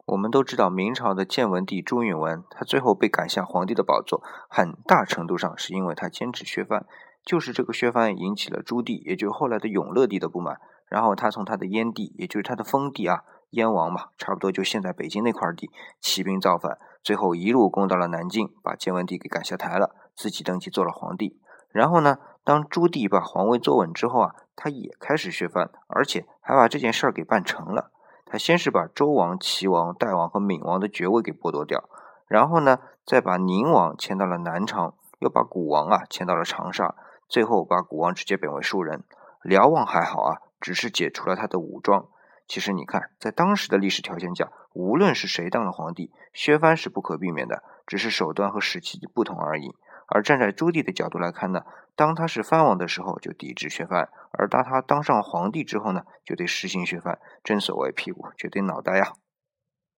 我们都知道明朝的建文帝朱允炆，他最后被赶下皇帝的宝座，很大程度上是因为他坚持削藩。就是这个削藩引起了朱棣，也就是后来的永乐帝的不满，然后他从他的燕地，也就是他的封地啊，燕王嘛，差不多就现在北京那块地，起兵造反，最后一路攻到了南京，把建文帝给赶下台了，自己登基做了皇帝。然后呢，当朱棣把皇位坐稳之后啊，他也开始削藩，而且还把这件事儿给办成了。他先是把周王、齐王、代王和闵王的爵位给剥夺掉，然后呢，再把宁王迁到了南昌，又把古王啊迁到了长沙，最后把古王直接贬为庶人。辽王还好啊，只是解除了他的武装。其实你看，在当时的历史条件下，无论是谁当了皇帝，削藩是不可避免的，只是手段和时期不同而已。而站在朱棣的角度来看呢，当他是藩王的时候就抵制削藩，而当他当上皇帝之后呢，就得实行削藩。正所谓屁股决定脑袋呀。